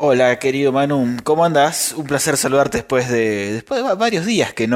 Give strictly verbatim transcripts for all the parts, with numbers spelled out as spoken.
Hola, querido Manu, ¿cómo andás? Un placer saludarte después de después de va- varios días que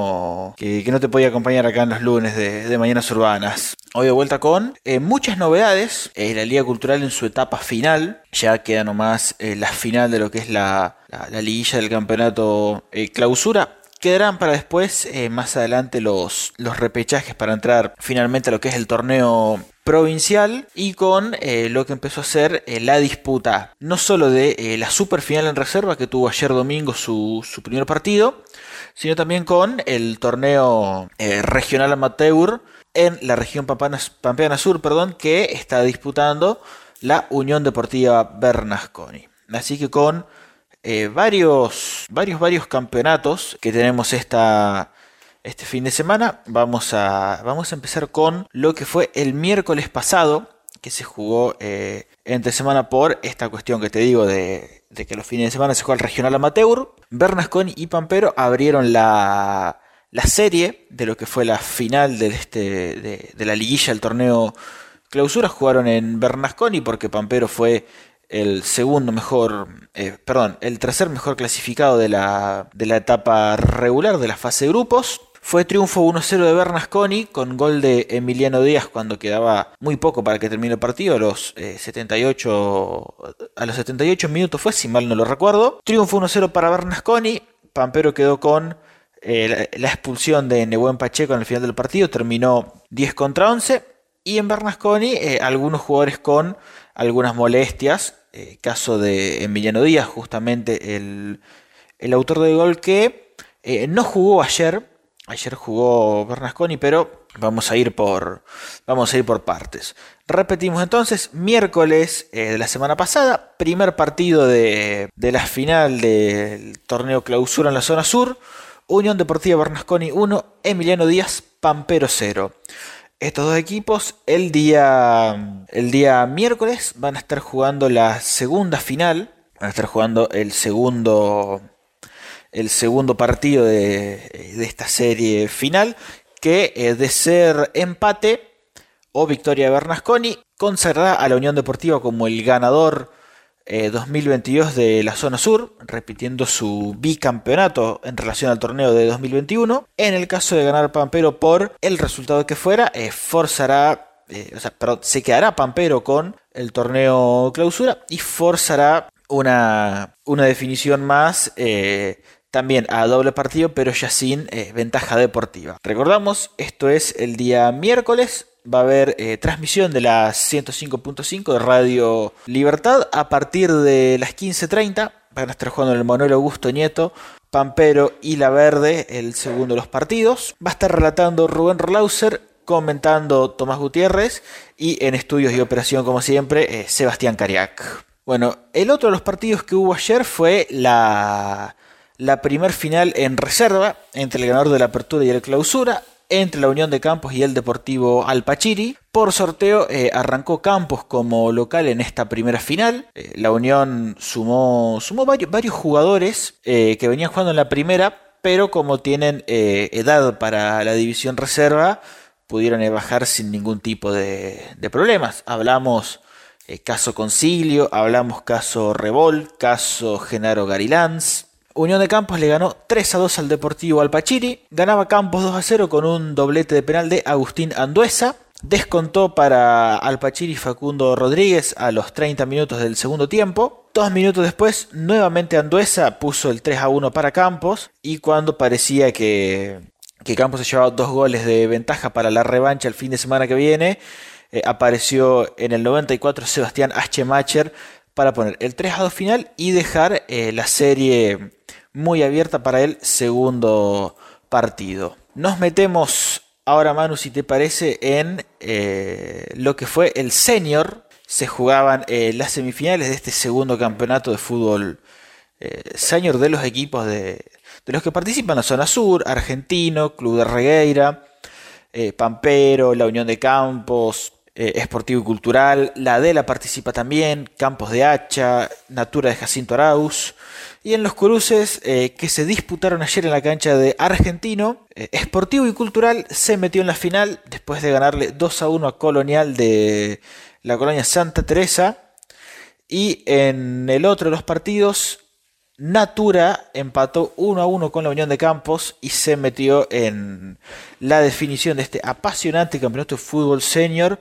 no que, que no te podía acompañar acá en los lunes de, de Mañanas Urbanas. Hoy de vuelta con eh, muchas novedades. Eh, la Liga Cultural en su etapa final. Ya queda nomás eh, la final de lo que es la, la, la liguilla del campeonato eh, clausura. Quedarán para después, eh, más adelante, los, los repechajes para entrar finalmente a lo que es el torneo provincial y con eh, lo que empezó a ser eh, la disputa no solo de eh, la superfinal en reserva que tuvo ayer domingo su, su primer partido, sino también con el torneo eh, regional amateur en la región Pampana, Pampeana Sur, perdón, que está disputando la Unión Deportiva Bernasconi. Así que con eh, varios, varios, varios campeonatos que tenemos esta, este fin de semana. Vamos a, vamos a empezar con lo que fue el miércoles pasado, que se jugó eh, entre semana por esta cuestión que te digo de, de que los fines de semana se juega el regional amateur. Bernasconi y Pampero abrieron la, la serie de lo que fue la final de, este, de, de la liguilla del torneo clausura. Jugaron en Bernasconi porque Pampero fue el segundo mejor, eh, perdón, el tercer mejor clasificado de la, de la etapa regular de la fase de grupos. Fue triunfo uno cero de Bernasconi con gol de Emiliano Díaz cuando quedaba muy poco para que termine el partido, a los, eh, setenta y ocho, a los setenta y ocho minutos fue, si mal no lo recuerdo. Triunfo uno cero para Bernasconi. Pampero quedó con eh, la, la expulsión de Nehuen Pacheco en el final del partido, terminó diez contra once. Y en Bernasconi eh, algunos jugadores con algunas molestias, eh, caso de Emiliano Díaz, justamente el, el autor del gol que eh, no jugó ayer. Ayer jugó Bernasconi, pero vamos a ir por, vamos a ir por partes. Repetimos entonces, miércoles eh, de la semana pasada, primer partido de, de la final del torneo clausura en la zona sur. Unión Deportiva Bernasconi uno, Emiliano Díaz Pampero cero. Estos dos equipos el día, el día miércoles van a estar jugando la segunda final, van a estar jugando el segundo... el segundo partido de, de esta serie final, que eh, de ser empate o victoria de Bernasconi, consagrará a la Unión Deportiva como el ganador eh, dos mil veintidós de la zona sur, repitiendo su bicampeonato en relación al torneo de dos mil veintiuno. En el caso de ganar Pampero por el resultado que fuera, eh, forzará, eh, o sea, perdón, se quedará Pampero con el torneo clausura y forzará una, una definición más, eh, también a doble partido, pero ya sin eh, ventaja deportiva. Recordamos, esto es el día miércoles. Va a haber eh, transmisión de la ciento cinco punto cinco de Radio Libertad a partir de las quince treinta. Van a estar jugando en el Manuel Augusto Nieto, Pampero y La Verde, el segundo de los partidos. Va a estar relatando Rubén Rolauser, comentando Tomás Gutiérrez y en estudios y operación, como siempre, eh, Sebastián Cariac. Bueno, el otro de los partidos que hubo ayer fue la... la primer final en reserva entre el ganador de la apertura y el clausura, entre la Unión de Campos y el Deportivo Alpachiri. Por sorteo eh, arrancó Campos como local en esta primera final. Eh, la Unión sumó, sumó varios, varios jugadores eh, que venían jugando en la primera, pero como tienen eh, edad para la división reserva, pudieron eh, bajar sin ningún tipo de, de problemas. Hablamos eh, caso Concilio, hablamos caso Revol, caso Genaro Garilans. Unión de Campos le ganó tres a dos al Deportivo Alpachiri. Ganaba Campos dos a cero con un doblete de penal de Agustín Anduesa. Descontó para Alpachiri Facundo Rodríguez a los treinta minutos del segundo tiempo. Dos minutos después, nuevamente Anduesa puso el tres a uno para Campos. Y cuando parecía que, que Campos se llevaba dos goles de ventaja para la revancha el fin de semana que viene, eh, apareció en el noventa y cuatro Sebastián Aschemacher para poner el tres a dos final y dejar eh, la serie muy abierta para el segundo partido. Nos metemos ahora, Manu, si te parece, en eh, lo que fue el senior. Se jugaban eh, las semifinales de este segundo campeonato de fútbol eh, senior de los equipos de, de los que participan en la zona sur: Argentino, Club de Regueira, eh, Pampero, la Unión de Campos, Eh, Esportivo y Cultural. La Adela participa también, Campos de Hacha, Natura de Jacinto Arauz. Y en los cruces eh, que se disputaron ayer en la cancha de Argentino, eh, Esportivo y Cultural se metió en la final después de ganarle dos a uno a Colonial de la colonia Santa Teresa. Y en el otro de los partidos, Natura empató uno a uno con la Unión de Campos y se metió en la definición de este apasionante campeonato de fútbol senior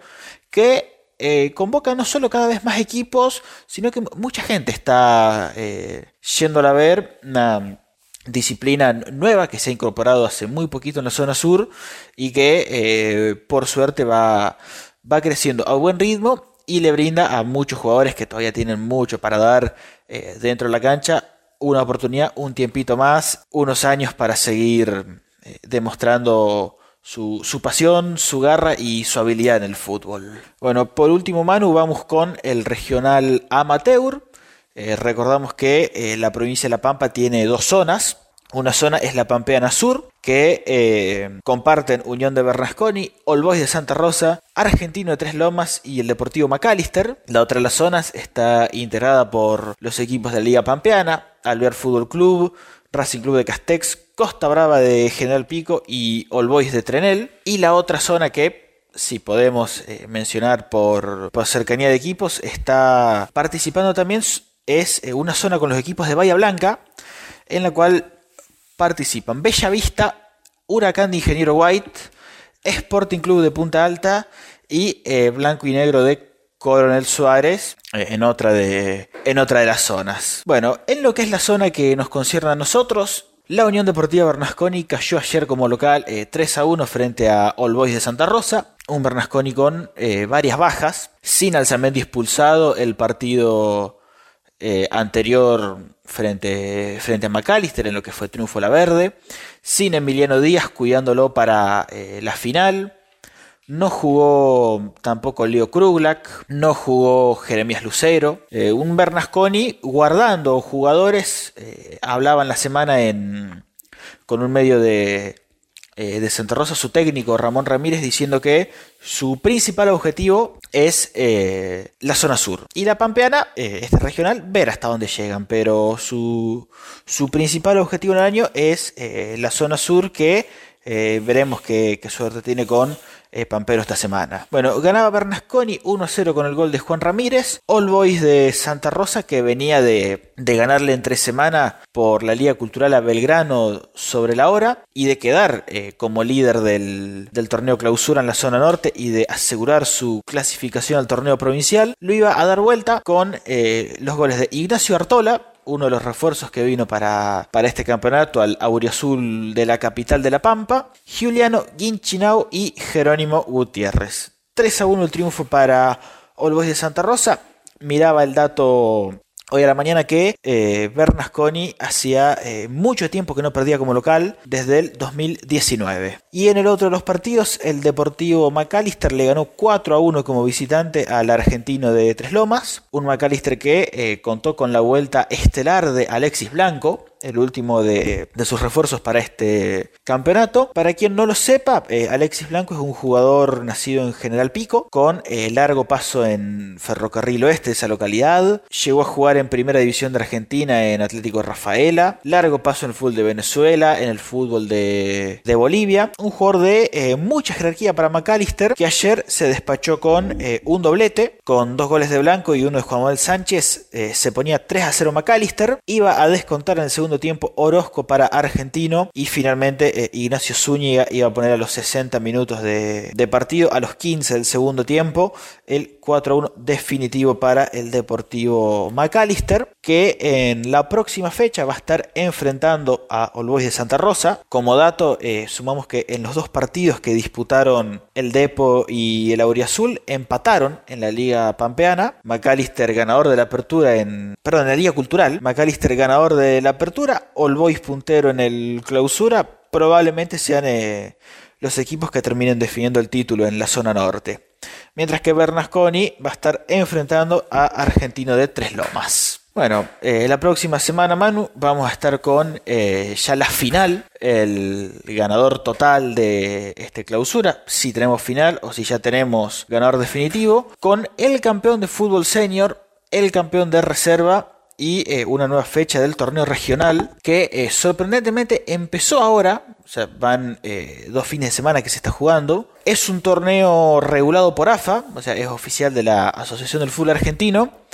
que eh, convoca no solo cada vez más equipos, sino que mucha gente está eh, yéndola a ver. Una disciplina nueva que se ha incorporado hace muy poquito en la zona sur y que eh, por suerte va, va creciendo a buen ritmo y le brinda a muchos jugadores que todavía tienen mucho para dar eh, dentro de la cancha una oportunidad, un tiempito más, unos años para seguir eh, demostrando su, su pasión, su garra y su habilidad en el fútbol. Bueno, por último, Manu, vamos con el regional amateur. Eh, recordamos que eh, la provincia de La Pampa tiene dos zonas. Una zona es la Pampeana Sur, que eh, comparten Unión de Bernasconi, All Boys de Santa Rosa, Argentino de Tres Lomas y el Deportivo McAllister. La otra de las zonas está integrada por los equipos de la Liga Pampeana, Alvear Fútbol Club, Racing Club de Castex, Costa Brava de General Pico y All Boys de Trenel. Y la otra zona que, si podemos eh, mencionar por, por cercanía de equipos, está participando también, es eh, una zona con los equipos de Bahía Blanca, en la cual participan Bella Vista, Huracán de Ingeniero White, Sporting Club de Punta Alta y eh, Blanco y Negro de Coronel Suárez eh, en, otra de, en otra de las zonas. Bueno, en lo que es la zona que nos concierne a nosotros, la Unión Deportiva Bernasconi cayó ayer como local eh, tres a uno frente a All Boys de Santa Rosa. Un Bernasconi con eh, varias bajas, sin Alzamendi expulsado. El partido Eh, anterior frente, frente a McAllister en lo que fue triunfo la verde, sin Emiliano Díaz cuidándolo para eh, la final. No jugó tampoco Leo Kruglak, no jugó Jeremías Lucero. Eh, un Bernasconi guardando jugadores. Eh, hablaban la semana en, con un medio de, eh, de Santa Rosa, su técnico Ramón Ramírez, diciendo que su principal objetivo es eh, la zona sur. Y la Pampeana, eh, este regional, ver hasta dónde llegan. Pero su, su principal objetivo en el año es eh, la zona sur, que eh, veremos qué, qué suerte tiene con eh, Pampero esta semana. Bueno, ganaba Bernasconi uno a cero con el gol de Juan Ramírez. All Boys de Santa Rosa, que venía de, de ganarle entre semana por la Liga Cultural a Belgrano sobre la hora y de quedar eh, como líder del, del torneo clausura en la zona norte y de asegurar su clasificación al torneo provincial, lo iba a dar vuelta con eh, los goles de Ignacio Artola, uno de los refuerzos que vino para, para este campeonato al Auriazul de la capital de La Pampa, Giuliano Ginchinau y Jerónimo Gutiérrez. tres a uno el triunfo para All Boys de Santa Rosa. Miraba el dato hoy a la mañana que eh, Bernasconi hacía eh, mucho tiempo que no perdía como local, desde el dos mil diecinueve. Y en el otro de los partidos, el Deportivo McAllister le ganó cuatro a uno como visitante al Argentino de Tres Lomas. Un McAllister que eh, contó con la vuelta estelar de Alexis Blanco, el último de, de sus refuerzos para este campeonato. Para quien no lo sepa, eh, Alexis Blanco es un jugador nacido en General Pico, con eh, largo paso en Ferrocarril Oeste de esa localidad. Llegó a jugar en Primera División de Argentina en Atlético Rafaela, largo paso en el fútbol de Venezuela, en el fútbol de, de Bolivia. Un jugador de eh, mucha jerarquía para McAllister, que ayer se despachó con eh, un doblete, con dos goles de Blanco y uno de Juan Manuel Sánchez. Eh, se ponía tres a cero McAllister, iba a descontar en el segundo tiempo Orozco para Argentino y finalmente eh, Ignacio Zúñiga iba a poner a los sesenta minutos de, de partido, a los quince del segundo tiempo, el cuatro a uno definitivo para el Deportivo McAllister, que en la próxima fecha va a estar enfrentando a All Boys de Santa Rosa. Como dato, eh, sumamos que en los dos partidos que disputaron el Depo y el Auriazul empataron en la Liga Pampeana. McAllister ganador de la apertura en... Perdón, en la Liga Cultural. McAllister ganador de la apertura, All Boys puntero en el clausura. Probablemente sean eh, los equipos que terminen definiendo el título en la zona norte. Mientras que Bernasconi va a estar enfrentando a Argentino de Tres Lomas. Bueno, eh, la próxima semana, Manu, vamos a estar con eh, ya la final, el ganador total de este clausura, si tenemos final o si ya tenemos ganador definitivo, con el campeón de fútbol senior, el campeón de reserva y eh, una nueva fecha del torneo regional que eh, sorprendentemente empezó ahora. O sea, van eh, dos fines de semana que se está jugando. Es un torneo regulado por A F A, o sea, es oficial de la Asociación del Fútbol Argentino,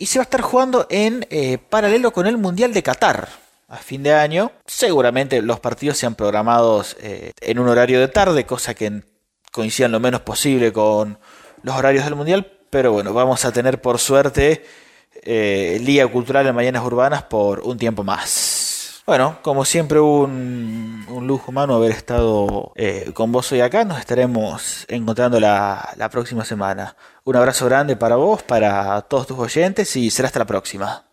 y se va a estar jugando en eh, paralelo con el Mundial de Qatar. A fin de año, seguramente los partidos sean programados eh, en un horario de tarde, cosa que coincidan lo menos posible con los horarios del Mundial, pero bueno, vamos a tener por suerte eh, Liga Cultural en Mañanas Urbanas por un tiempo más. Bueno, como siempre un, un lujo humano haber estado eh, con vos hoy acá, nos estaremos encontrando la, la próxima semana. Un abrazo grande para vos, para todos tus oyentes y será hasta la próxima.